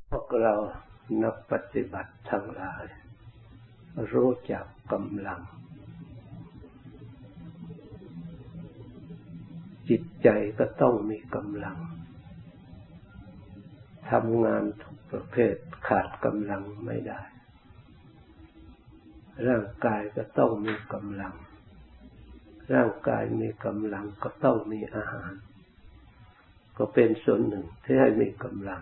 พวกเรานักปฏิบัติทั้งหลายรู้จักกำลังจิตใจก็ต้องมีกำลังทำงานทุกประเภทขาดกำลังไม่ได้ร่างกายก็ต้องมีกำลังร่างกายมีกำลังก็ต้องมีอาหารก็เป็นส่วนหนึ่งที่ให้มีกำลัง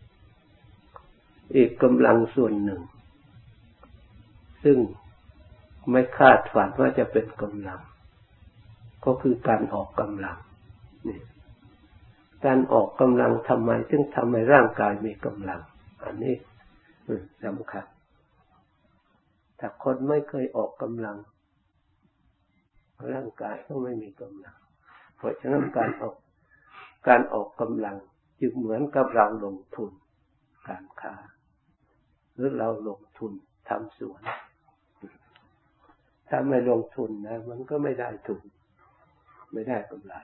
อีกกำลังส่วนหนึ่งซึ่งไม่คาดฝันว่าจะเป็นกำลังก็คือการออกกำลังนี่การออกกำลังทำไมจึงทำให้ร่างกายมีกำลังอันนี้สำคัญถ้าคนไม่เคยออกกำลังร่างกายก็ไม่มีกำลังเพราะฉะนั้นการออกกำลังจึงเหมือนกับเราลงทุนการค้าหรือเราลงทุนทำสวนถ้าไม่ลงทุนนะมันก็ไม่ได้ทุนไม่ได้กำไร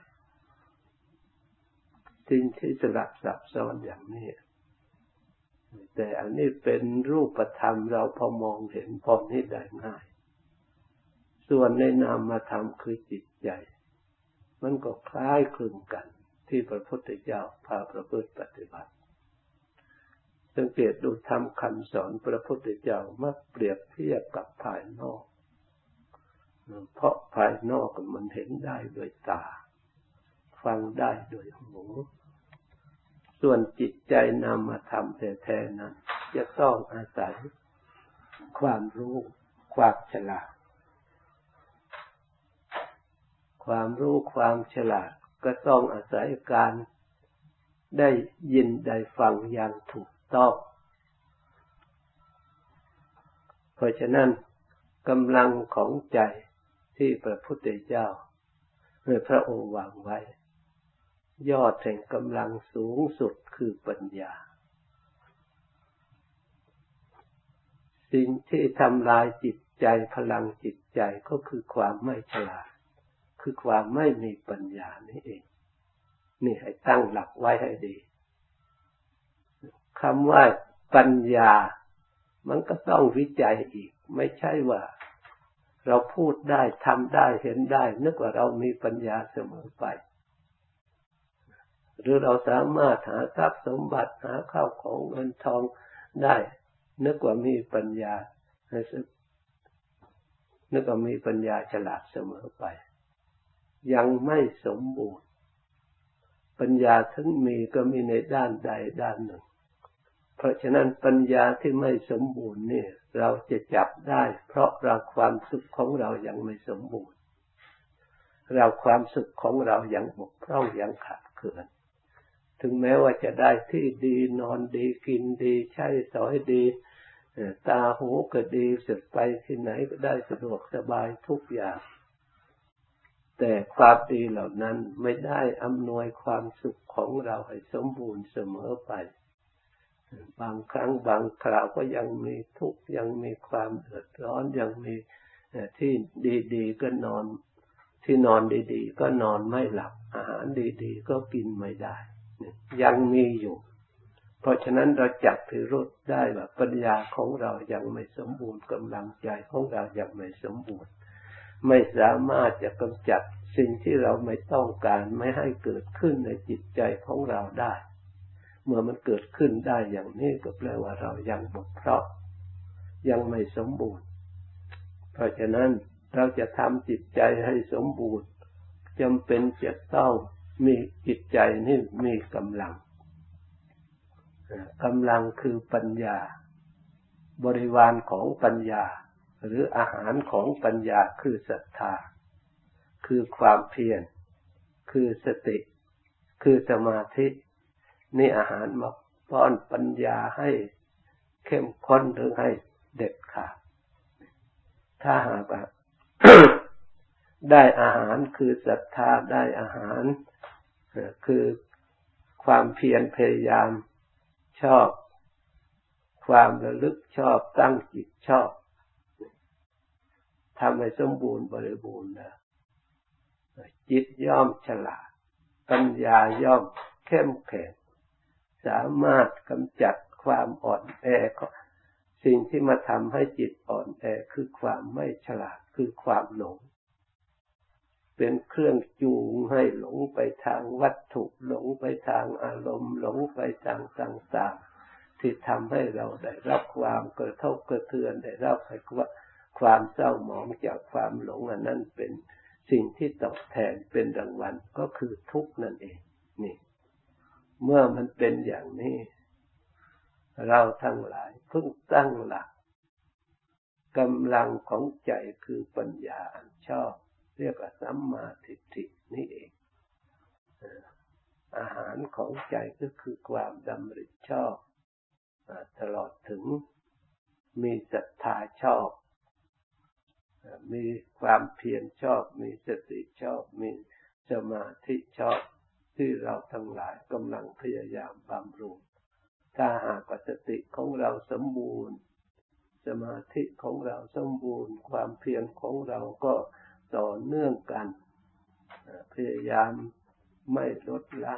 สิ่งที่สลับซับซ้อนอย่างนี้แต่อันนี้เป็นรูปธรรมเราพอมองเห็นพอนี้ได้ง่ายส่วนในนามธรรมคือจิตใจมันก็คล้ายคลึงกันที่พระพุทธเจ้าพาประพฤติปฏิบัติสังเกตดูธรรมคำสอนพระพุทธเจ้ามักเปรียบเทียบกับภายนอกเพราะภายนอกมันเห็นได้ด้วยตาฟังได้ด้วยหูส่วนจิตใจนามธรรมแท้ๆนั้นจะต้องอาศัยความรู้ความฉลาดความรู้ความฉลาดก็ต้องอาศัยการได้ยินได้ฟังอย่างถูกต้องเพราะฉะนั้นกำลังของใจที่พระพุทธเจ้าพระองค์วางไว้ยอดแห่งกำลังสูงสุดคือปัญญาสิ่งที่ทำลายจิตใจพลังจิตใจก็คือความไม่ฉลาดคือความไม่มีปัญญานี่เองนี่ให้ตั้งหลักไว้ให้ดีคำว่าปัญญามันก็ต้องวิจัยอีกไม่ใช่ว่าเราพูดได้ทำได้เห็นได้นึกว่าเรามีปัญญาเสมอไปหรือเราสามารถหาทรัพย์สมบัติหาข้าวของเงินทองได้นึกว่ามีปัญญานึกว่ามีปัญญาฉลาดเสมอไปยังไม่สมบูรณ์ปัญญาถึงมีก็มีในด้านใดด้านหนึ่งเพราะฉะนั้นปัญญาที่ไม่สมบูรณ์นี่เราจะจับได้เพราะเราความสุขของเรายังไม่สมบูรณ์เราความสุขของเรายังบกพร่องยังขาดเกินถึงแม้ว่าจะได้ที่ดีนอนดีกินดีใช้สอยดีตาหูก็ดีสุดไปที่ไหนก็ได้สะดวกสบายทุกอย่างแต่ความดีเหล่านั้นไม่ได้อำนวยความสุขของเราให้สมบูรณ์เสมอไปบางครั้งบางคราวก็ยังมีทุกข์ยังมีความเดือดร้อนยังมีที่ดีๆก็นอนที่นอนดีๆก็นอนไม่หลับอาหารดีๆก็กินไม่ได้ยังมีอยู่เพราะฉะนั้นเราจับพิรุธได้ว่าปัญญาของเรายังไม่สมบูรณ์กำลังใจของเรายังไม่สมบูรณ์ไม่สามารถจะกำจัดสิ่งที่เราไม่ต้องการไม่ให้เกิดขึ้นในจิตใจของเราได้เมื่อมันเกิดขึ้นได้อย่างนี้ก็แปลว่าเรายังบกพร่องยังไม่สมบูรณ์เพราะฉะนั้นเราจะทำจิตใจให้สมบูรณ์จำเป็นจะต้องมีจิตใจนี่มีกำลังคือปัญญาบริวารของปัญญาหรืออาหารของปัญญาคือศรัทธาคือความเพียรคือสติคือสมาธินี่อาหารมาป้อนปัญญาให้เข้มข้นหรือให้เด็ดขาดถ้าหาก ได้อาหารคือศรัทธาได้อาหารคือความเพียรพยายามชอบความระลึกชอบตั้งจิตชอบทำให้สมบูรณ์บริบูรณ์นะจิตย่อมฉลาดปัญญาย่อมเข้มแข็งสามารถกำจัดความอ่อนแอสิ่งที่มาทำให้จิตอ่อนแอคือความไม่ฉลาดคือความหลงเป็นเครื่องจูงให้หลงไปทางวัตถุหลงไปทางอารมณ์หลงไปทางต่างๆที่ทำให้เราได้รับความกระทบกระเทือนได้รับความเศร้าหมองจากความหลงอันนั้นเป็นสิ่งที่ตอบแทนเป็นรางวัลก็คือทุกข์นั่นเองนี่เมื่อมันเป็นอย่างนี้เราทั้งหลายเพิ่งตั้งหลักกำลังของใจคือปัญญาอันชอบเรียกว่าสัมมาทิฏฐินี่เองอาหารของใจก็คือความดำริชอบตลอดถึงมีศรัทธาชอบมีความเพียรชอบมีสติชอบมีสมาธิชอบที่เราทั้งหลายกำลังพยายามบำรุงถ้าหากสติของเราสมบูรณ์สมาธิของเราสมบูรณ์ความเพียรของเราก็ต่อเนื่องกันพยายามไม่ลดละ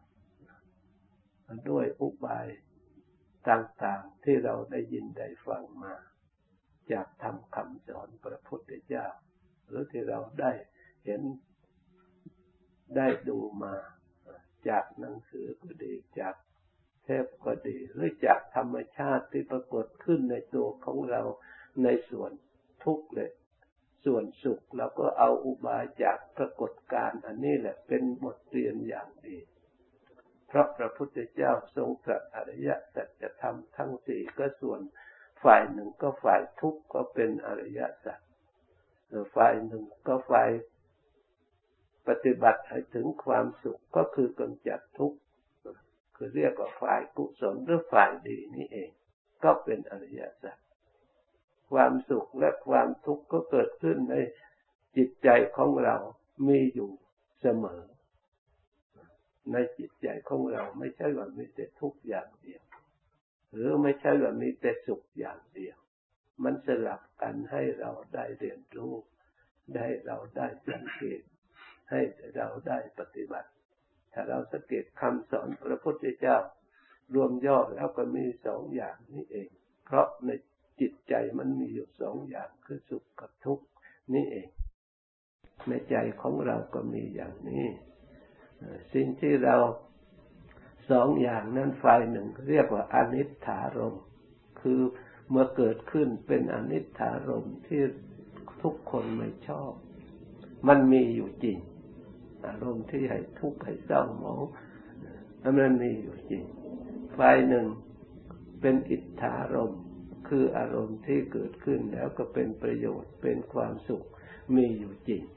ด้วยอุบายต่างๆที่เราได้ยินได้ฟังมาจากธรรมคำสอนพระพุทธเจ้าหรือที่เราได้เห็นได้ดูมาจากหนังสือก็ดีจากเทพก็ดีหรือจากธรรมชาติที่ปรากฏขึ้นในตัวของเราในส่วนทุกข์เลยส่วนสุขเราก็เอาอุบายจากปรากฏการณ์อันนี้แหละเป็นบทเรียนอย่างดีเพราะพระพุทธเจ้าทรงตรัสอริยสัจธรรมทั้งสี่ก็ส่วนฝ่ายหนึ่งก็ฝ่ายทุกข์ก็เป็นอริยสัจฝ่ายหนึ่งก็ฝ่ายปฏิบัติให้ถึงความสุขก็คือกำจัดทุกข์คือเรียกว่าฝ่ายกุศลหรือฝ่ายดีนี่เองก็เป็นอริยสัจความสุขและความทุกข์ก็เกิดขึ้นในจิตใจของเรามีอยู่เสมอในจิตใจของเราไม่ใช่ว่ามีแต่ทุกข์อย่างเดียวหรือไม่ใช่ว่ามีแต่สุขอย่างเดียวมันสลับกันให้เราได้เรียนรู้ได้เราได้สังเกตให้เราได้ปฏิบัติถ้าเราสังเกตคำสอนพระพุทธเจ้ารวมย่อแล้วก็มีสองอย่างนี้เองเพราะในจิตใจมันมีอยู่สองอย่างคือสุขกับทุกข์นี่เองในใจของเราก็มีอย่างนี้สิ่งที่เราสองอย่างนั้นฝ่ายหนึ่งเรียกว่าอนิจฐารมณ์คือเมื่อเกิดขึ้นเป็นอนิจฐารมณ์ที่ทุกคนไม่ชอบมันมีอยู่จริงอารมณ์ที่ให้ทุกข์ให้เศร้าหมองมันมีอยู่จริงฝ่ายหนึ่งเป็นอิทธารมณ์คืออารมณ์ที่เกิดขึ้นแล้วก็เป็นประโยชน์เป็นความสุขมีอยู่จริง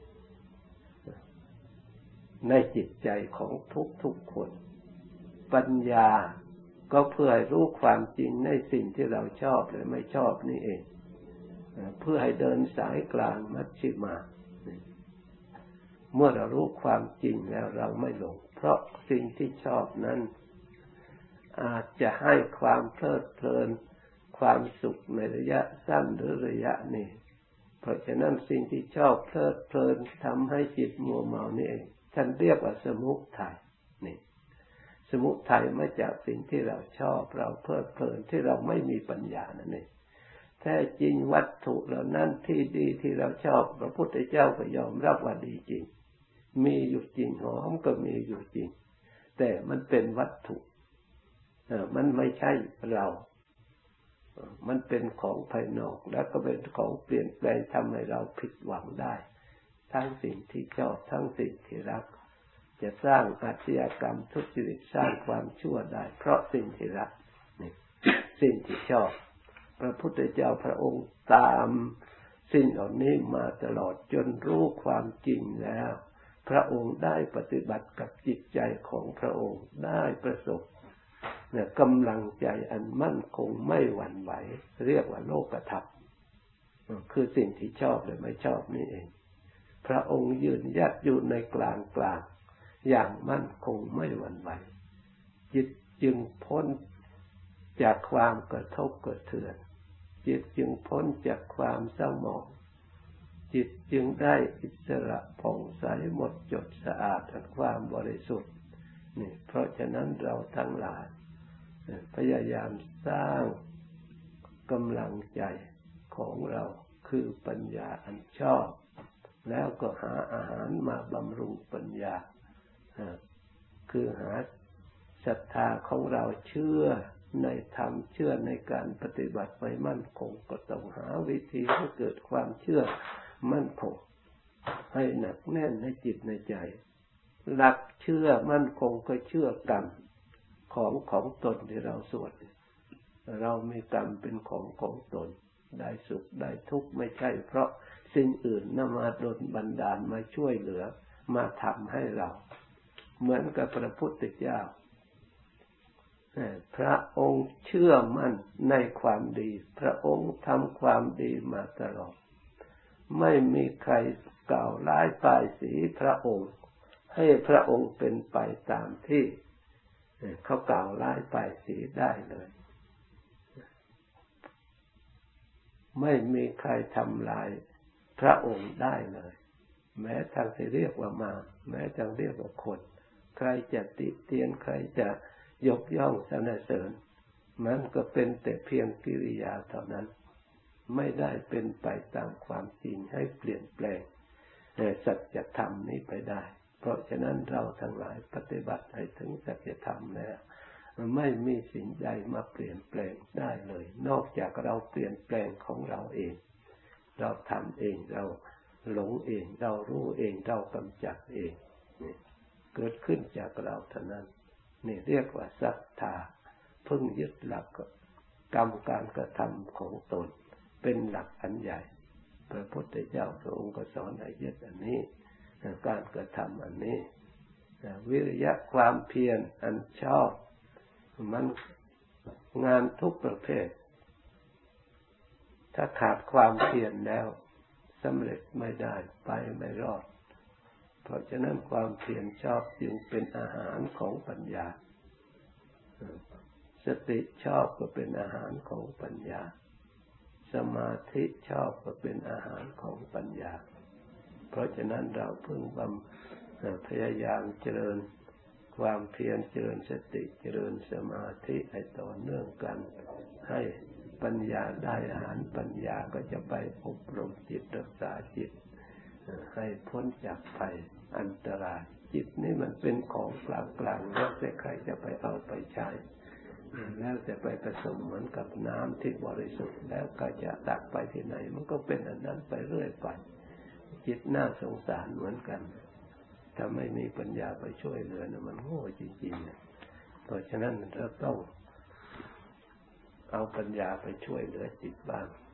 ในจิตใจของทุกคนปัญญาก็เพื่อให้รู้ความจริงในสิ่งที่เราชอบหรือไม่ชอบนี่เองเพื่อให้เดินสายกลางมัชฌิมาเมื่อเรารู้ความจริงแล้วเราไม่หลงเพราะสิ่งที่ชอบนั้นอาจจะให้ความเพลิดเพลินความสุขในระยะสั้นหรือระยะนี้เพราะฉะนั้นสิ่งที่ชอบเพลิดเพลินทำให้จิตมัวเมานี่เองท่านเรียกว่าสมุทัยนี่สมุทัยมาจากสิ่งที่เราชอบเราเพลิดเพลินที่เราไม่มีปัญญานั่นเองแท้จริงวัตถุเหล่านั้นที่ดีที่เราชอบพระพุทธเจ้าก็ยอมรับว่าดีจริงมีอยู่จริงหอมก็มีอยู่จริงแต่มันเป็นวัตถุมันไม่ใช่เรามันเป็นของภายนอกแล้วก็เป็นของเปลี่ยนแปลงทำให้เราผิดหวังได้ทั้งสิ่งที่ชอบทั้งสิ่งที่รักจะสร้างอาชญากรรมทุจริตสร้างความชั่วได้เพราะสิ่งที่รักนี่สิ่งที่ชอบพระพุทธเจ้าพระองค์ตามสิ่งเหล่านี้มาตลอดจนรู้ความจริงแล้วพระองค์ได้ปฏิบัติกับจิตใจของพระองค์ได้ประสบกำลังใจอันมั่นคงไม่หวั่นไหวเรียกว่าโลกธรรมคือสิ่งที่ชอบหรือไม่ชอบนี่เองพระองค์ยืนหยัดอยู่ในกลางกลางอย่างมั่นคงไม่หวั่นไหวจิตจึงพ้นจากความกระทบกระเทือนจิตจึงพ้นจากความเศร้าหมองจิตจึงได้อิสระผ่องใสหมดจดสะอาดจากความบริสุทธิ์นี่เพราะฉะนั้นเราทั้งหลายพยายามสร้างกำลังใจของเราคือปัญญาอันชอบแล้วก็หาอาหารมาบำรุงปัญญาคือหาศรัทธาของเราเชื่อในธรรมเชื่อในการปฏิบัติไว้มั่นคงก็ต้องหาวิธีให้เกิดความเชื่อมั่นคงให้หนักแน่นในจิตในใจหลักเชื่อมั่นคงก็เชื่อกรรมของตนที่เราสวดเรามีกรรมเป็นของตนได้สุขได้ทุกข์ไม่ใช่เพราะสิ่งอื่นนำมาดลบันดาลมาช่วยเหลือมาทำให้เราเหมือนกับพระพุทธเจ้าพระองค์เชื่อมั่นในความดีพระองค์ทำความดีมาตลอดไม่มีใครกล่าวร้ายป้ายสีพระองค์ให้พระองค์เป็นไปตามที่เขากล่าวร้ายป้ายสีได้เลยไม่มีใครทำลายพระองค์ได้เลยแม้ทางที่เรียกว่ามาแม้ทางเรียกว่าคนใครจะติเตียนใครจะยกย่องสรรเสริญมันก็เป็นแต่เพียงกิริยาเท่านั้นไม่ได้เป็นไปตามความจริงให้เปลี่ยนแปลงสัจธรรมนี้ไปได้เพราะฉะนั้นเราทั้งหลายปฏิบัติให้ถึงสัจธรรมแล้วไม่มีสิ่งใดมาเปลี่ยนแปลงได้เลยนอกจากเราเปลี่ยนแปลงของเราเองเราทำเองเราหลงเองเรารู้เองเรากำจัดเองเกิดขึ้นจากเราเท่านั้นนี่เรียกว่าศรัทธาพึ่งยึดหลักกรรมการกระทำของตนเป็นหลักอันใหญ่พระพุทธเจ้าพระองค์ก็สอนให้ยึดอันนี้การกระทำอันนี้วิริยะความเพียรอันชอบมันงานทุกประเภทถ้าขาดความเพียรแล้วสำเร็จไม่ได้ไปไม่รอดเพราะฉะนั้นความเพียรชอบจึงเป็นอาหารของปัญญาสติชอบก็เป็นอาหารของปัญญาสมาธิชอบก็เป็นอาหารของปัญญาเพราะฉะนั้นเราพึงพยายามเจริญความเพียรเจริญสติเจริญสมาธิให้ต่อเนื่องกันให้ปัญญาได้อาหารปัญญาก็จะไปอบรมจิตรักษาจิตให้พ้นจากภัยอันตรายจิตนี่มันเป็นของกลางๆแล้วแต่ใครจะไปเอาไปใช้แล้วแต่ไปผสมเหมือนกับน้ำที่บริสุทธิ์แล้วก็จะตักไปที่ไหนมันก็เป็นอันนั้นไปเรื่อยไปจิตน่าสงสารเหมือนกันถ้าไม่มีปัญญาไปช่วยเหลือนะมันโง่จริงๆเพราะฉะนั้นเราต้องเอาปัญญาไปช่วยเหลือจิตบ้าง